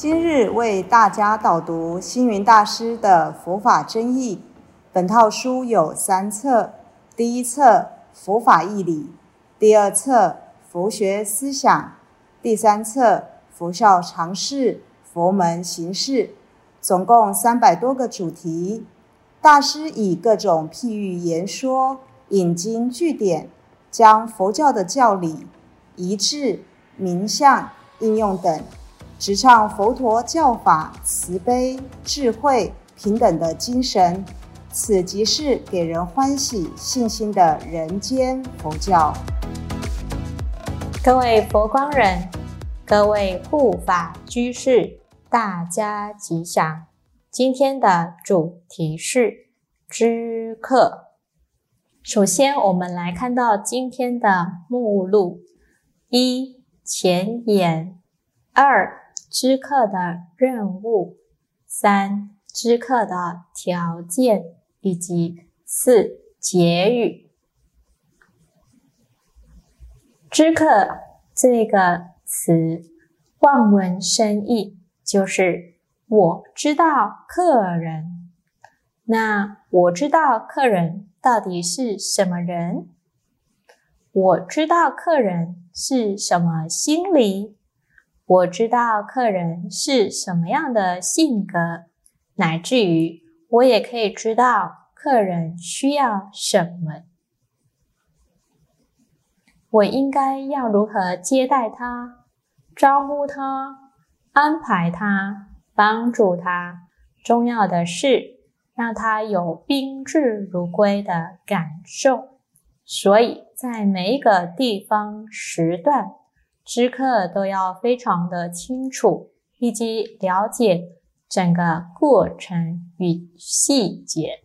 今日为大家导读星云大师的佛法真义。本套书有3册，第1册佛法义理，第2册佛学思想，第3册佛教常识、佛门行事，总共300多个主题。大师以各种譬喻言说，引经据典，将佛教的教理、仪制、名相、应用等，直唱佛陀教法慈悲、智慧、平等的精神，此即是给人欢喜信心的人间佛教。 各位佛光人，各位护法居士，大家吉祥。今天的主题是知客。首先我们来看到今天的目录：1、前言； 2、知客的任务； 3、知客的条件，以及4、结语。知客这个词望文生义，就是我知道客人。那我知道客人到底是什么人？我知道客人是什么心理？我知道客人是什么样的性格，乃至于我也可以知道客人需要什么。我应该要如何接待他、招呼他、安排他、帮助他，重要的是让他有宾至如归的感受。所以在每一个地方时段，知客都要非常的清楚，以及了解整个过程与细节。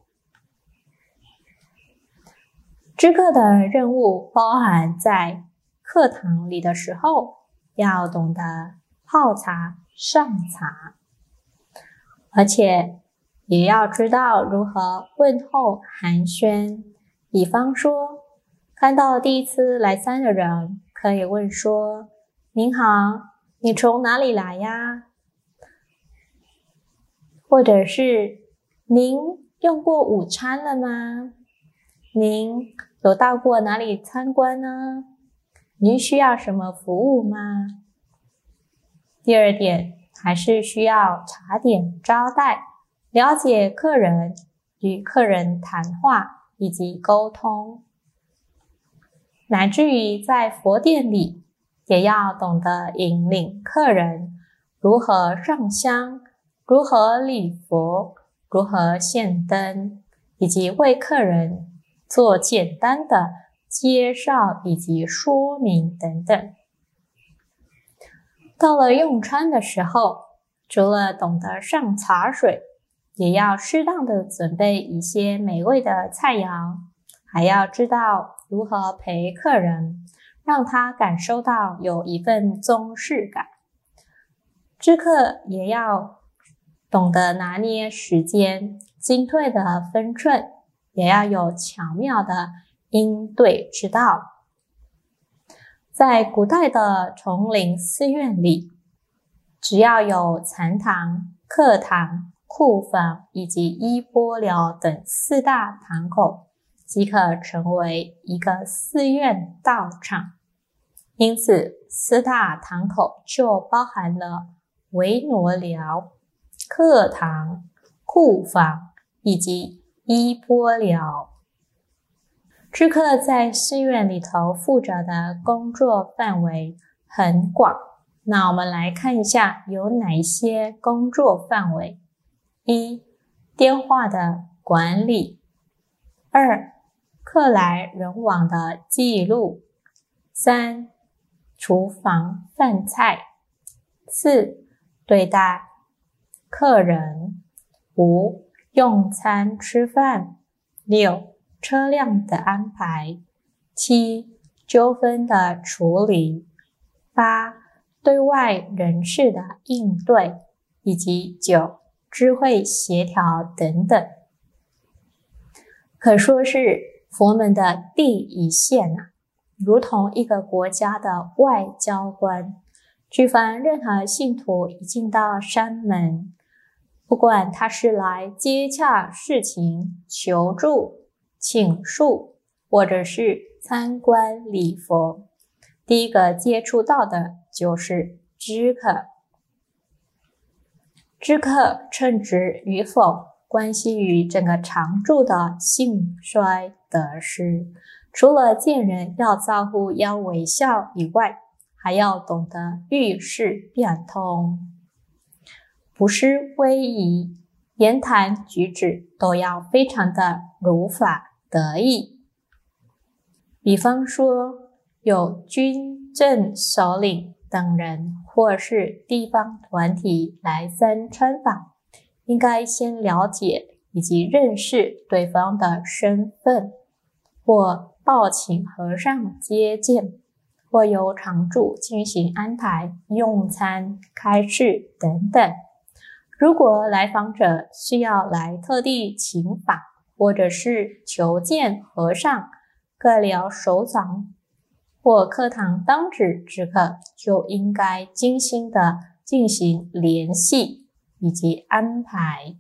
知客的任务包含在课堂里的时候，要懂得泡茶、上茶，而且也要知道如何问候寒暄。比方说，看到第一次来参的人，可以问说：您好，你从哪里来呀？或者是您用过午餐了吗？您有到过哪里参观呢？您需要什么服务吗？第2点，还是需要茶点招待，了解客人，与客人谈话以及沟通，乃至于在佛殿里也要懂得引领客人如何上香，如何礼佛，如何献灯，以及为客人做简单的介绍以及说明等等。到了用餐的时候，除了懂得上茶水，也要适当的准备一些美味的菜肴，还要知道如何陪客人，让他感受到有一份重视感。知客也要懂得拿捏时间，进退的分寸，也要有巧妙的应对之道。在古代的丛林寺院里，只要有禅堂、课堂、库房以及衣钵寮等4大堂口，即可成为一个寺院道场。因此4大堂口就包含了维罗寮、课堂、库房以及衣钵寮。知客在寺院里头负责的工作范围很广，那我们来看一下有哪些工作范围。1、电话的管理； 2、客来人往的记录； 3、厨房饭菜； 4、对待客人； 5、用餐吃饭； 6、车辆的安排； 7、纠纷的处理； 8、对外人事的应对；以及9、智慧协调等等。可说是佛门的第一线如同一个国家的外交官， 举凡任何信徒一进到山门，不管他是来接洽事情、求助、请诉，或者是参观礼佛，第一个接触到的就是知客。知客称职与否，关系于整个常住的兴衰得失。除了见人要招呼、要微笑以外，还要懂得遇事变通，不失威仪，言谈举止都要非常的如法得义。比方说，有军政首领等人或是地方团体来参参访，应该先了解以及认识对方的身份，或报请和尚接见，或由常住进行安排用餐、开示等等。如果来访者是要来特地请访，或者是求见和尚、各寮首长或课堂当值知客，就应该精心的进行联系以及安排。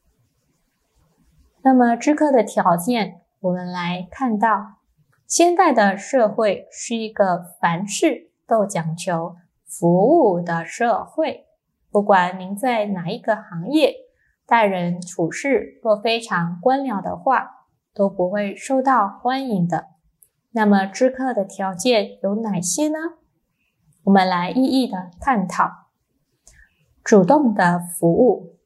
那么知客的条件，我们来看到，现代的社会是一个凡事都讲求服务的社会，不管您在哪一个行业，待人处事若非常官僚的话，都不会受到欢迎的。那么知客的条件有哪些呢？我们来一一的探讨。主动的服务，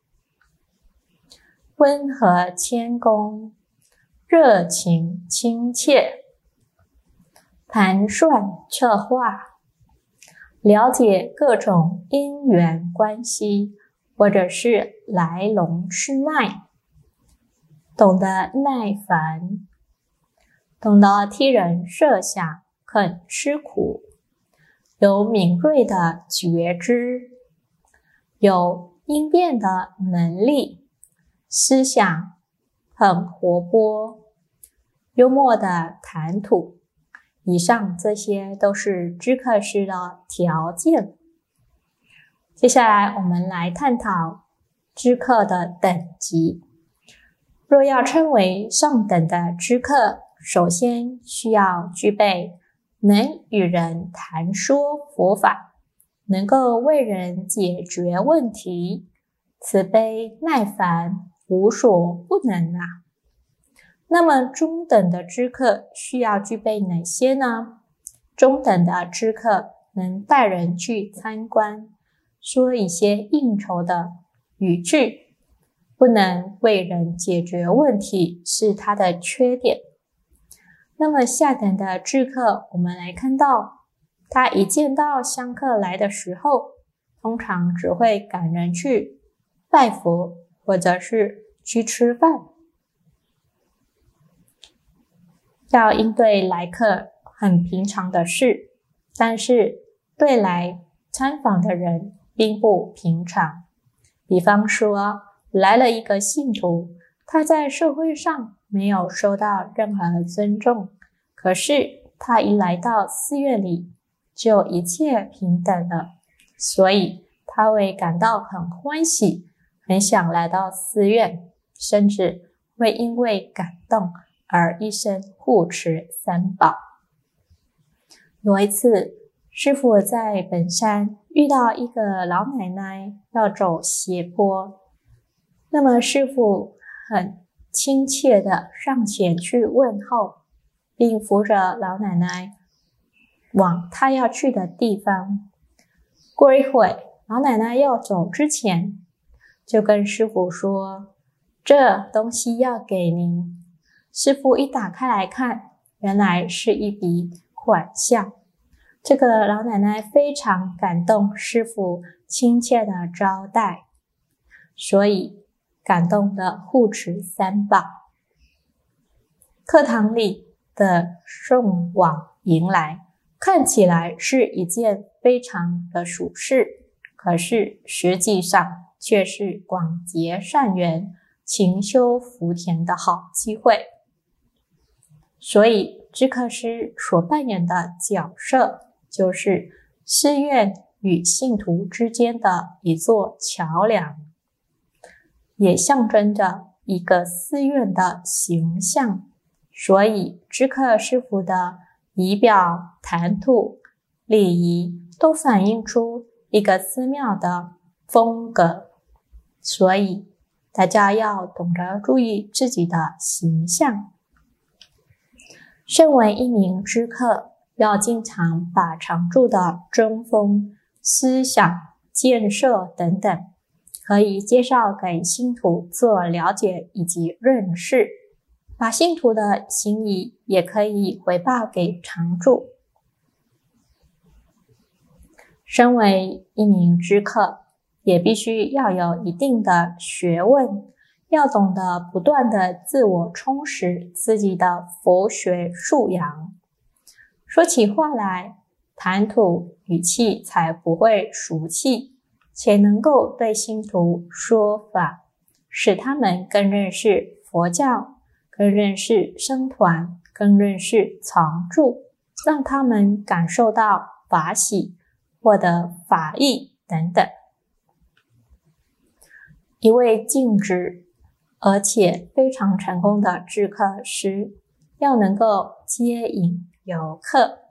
温和谦恭，热情亲切，盘算策划，了解各种因缘关系或者是来龙去脉，懂得耐烦，懂得替人设想，肯吃苦，有敏锐的觉知，有应变的能力，思想很活泼，幽默的谈吐。以上这些都是知客师的条件。接下来我们来探讨知客的等级。若要称为上等的知客，首先需要具备能与人谈说佛法，能够为人解决问题，慈悲耐烦，无所不能啊。那么中等的知客需要具备哪些呢？中等的知客能带人去参观，说一些应酬的语句，不能为人解决问题是他的缺点。那么下等的知客，我们来看到，他一见到香客来的时候，通常只会赶人去拜佛，或者是去吃饭。要应对来客很平常的事，但是对来参访的人并不平常。比方说，来了一个信徒，他在社会上没有受到任何尊重，可是他一来到寺院里，就一切平等了，所以他会感到很欢喜，很想来到寺院，甚至会因为感动而一生护持三宝。有一次，师父在本山遇到一个老奶奶要走斜坡，那么师父很亲切的上前去问候，并扶着老奶奶往她要去的地方。过一会，老奶奶要走之前，就跟师父说：“这东西要给您。”师父一打开来看，原来是一笔款项。这个老奶奶非常感动师父亲切的招待，所以感动的护持三宝。课堂里的送往迎来，看起来是一件非常的俗事，可是实际上却是广结善缘、勤修福田的好机会。所以知客师所扮演的角色，就是寺院与信徒之间的一座桥梁，也象征着一个寺院的形象。所以知客师傅的仪表、谈吐、礼仪都反映出一个寺庙的风格。所以大家要懂得注意自己的形象。身为一名知客，要经常把常住的中风、思想、建设等等，可以介绍给信徒做了解以及认识，把信徒的心意也可以回报给常住。身为一名知客，也必须要有一定的学问，要懂得不断的自我充实自己的佛学素养。说起话来，谈吐语气才不会俗气，且能够对信徒说法，使他们更认识佛教，更认识僧团，更认识常住，让他们感受到法喜，获得法益等等。一位尽职而且非常成功的知客师，要能够接引游客，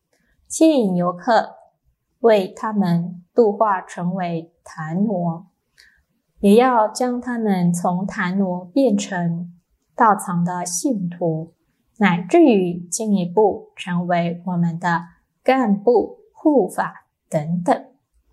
为他们度化成为檀挪，也要将他们从檀挪变成道场的信徒，乃至于进一步成为我们的干部、护法等等。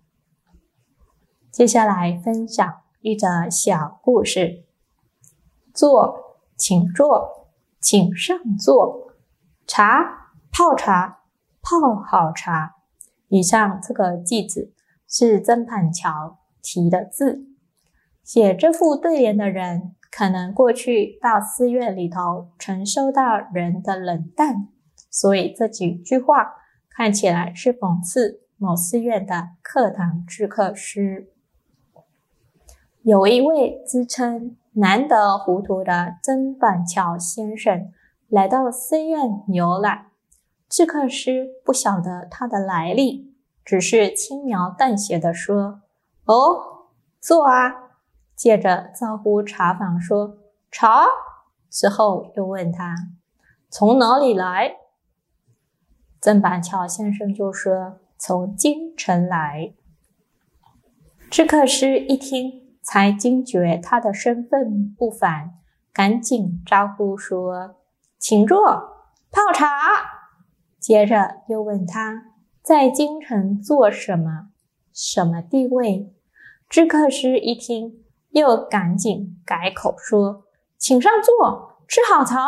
接下来分享一则小故事。坐，请坐，请上座。茶，泡茶，泡好茶。以上这个句子是曾板桥题的字。写这副对联的人，可能过去到寺院里头曾受到人的冷淡，所以这几句话看起来是讽刺某寺院的课堂知客师。有一位自称难得糊涂的曾板桥先生来到寺院游览，知客师不晓得他的来历，只是轻描淡写地说：“哦，坐啊。”接着招呼茶房说：“茶。”之后又问他：“从哪里来？”曾板桥先生就说：“从京城来。”知客师一听，才惊觉他的身份不凡，赶紧招呼说：“请坐，泡茶。”接着又问他在京城做什么，什么地位。知客师一听，又赶紧改口说：“请上座，吃好茶。”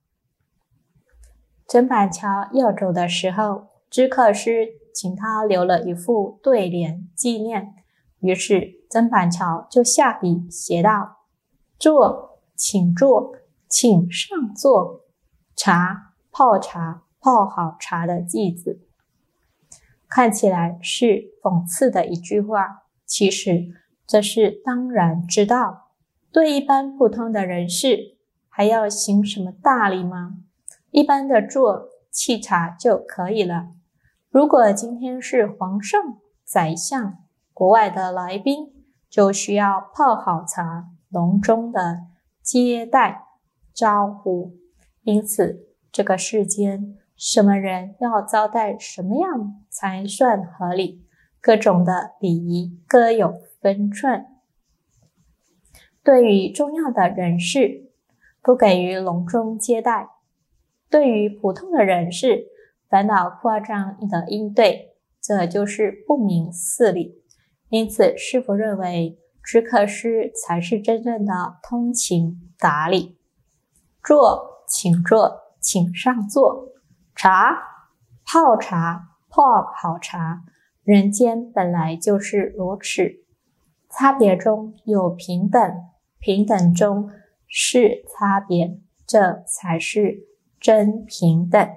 曾板桥要走的时候，知客师请他留了一副对联纪念，于是曾板桥就下笔写道：“坐，请坐，请上座。茶，泡茶，泡好茶”的句子。看起来是讽刺的一句话，其实这是当然知道。对一般普通的人士，还要行什么大礼吗？一般的坐沏茶就可以了。如果今天是皇上、宰相、国外的来宾，就需要泡好茶，隆重的接待招呼。因此这个世间什么人要招待什么样才算合理，各种的礼仪各有分寸。对于重要的人士，不给予隆重接待；对于普通的人士，烦恼夸张的应对，这就是不明事理。因此师父认为知客师才是真正的通情达理。坐，请坐，请上座。茶，泡茶，泡好茶。人间本来就是如此，差别中有平等，平等中是差别，这才是真平等。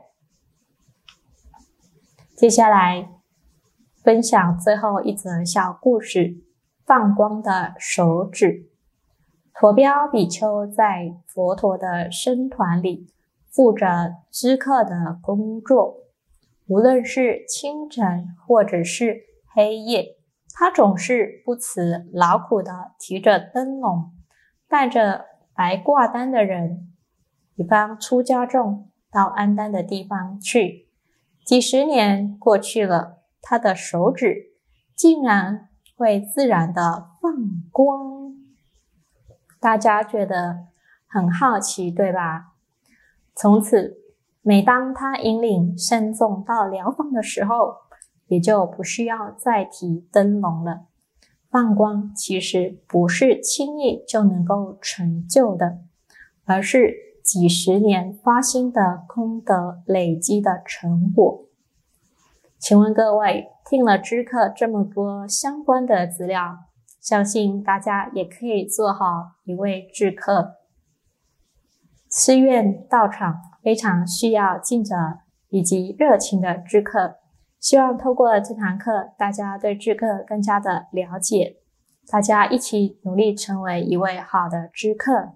接下来分享最后一则小故事：放光的手指。陀标比丘在佛陀的僧团里负责知客的工作，无论是清晨或者是黑夜，他总是不辞劳苦地提着灯笼，带着白挂单的人，比方出家众到安单的地方去。几十年过去了，他的手指竟然会自然地放光。大家觉得很好奇，对吧？从此，每当他引领僧众到疗房的时候，也就不需要再提灯笼了。放光其实不是轻易就能够成就的，而是几十年发心的功德累积的成果。请问各位，听了知客这么多相关的资料，相信大家也可以做好一位知客。寺院道场非常需要尽责以及热情的知客，希望透过这堂课，大家对知客更加的了解，大家一起努力成为一位好的知客。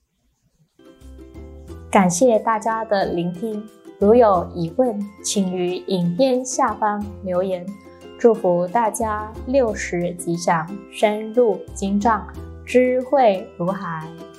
感谢大家的聆听，如有疑问，请于影片下方留言。祝福大家60吉祥，深入经藏，智慧如海。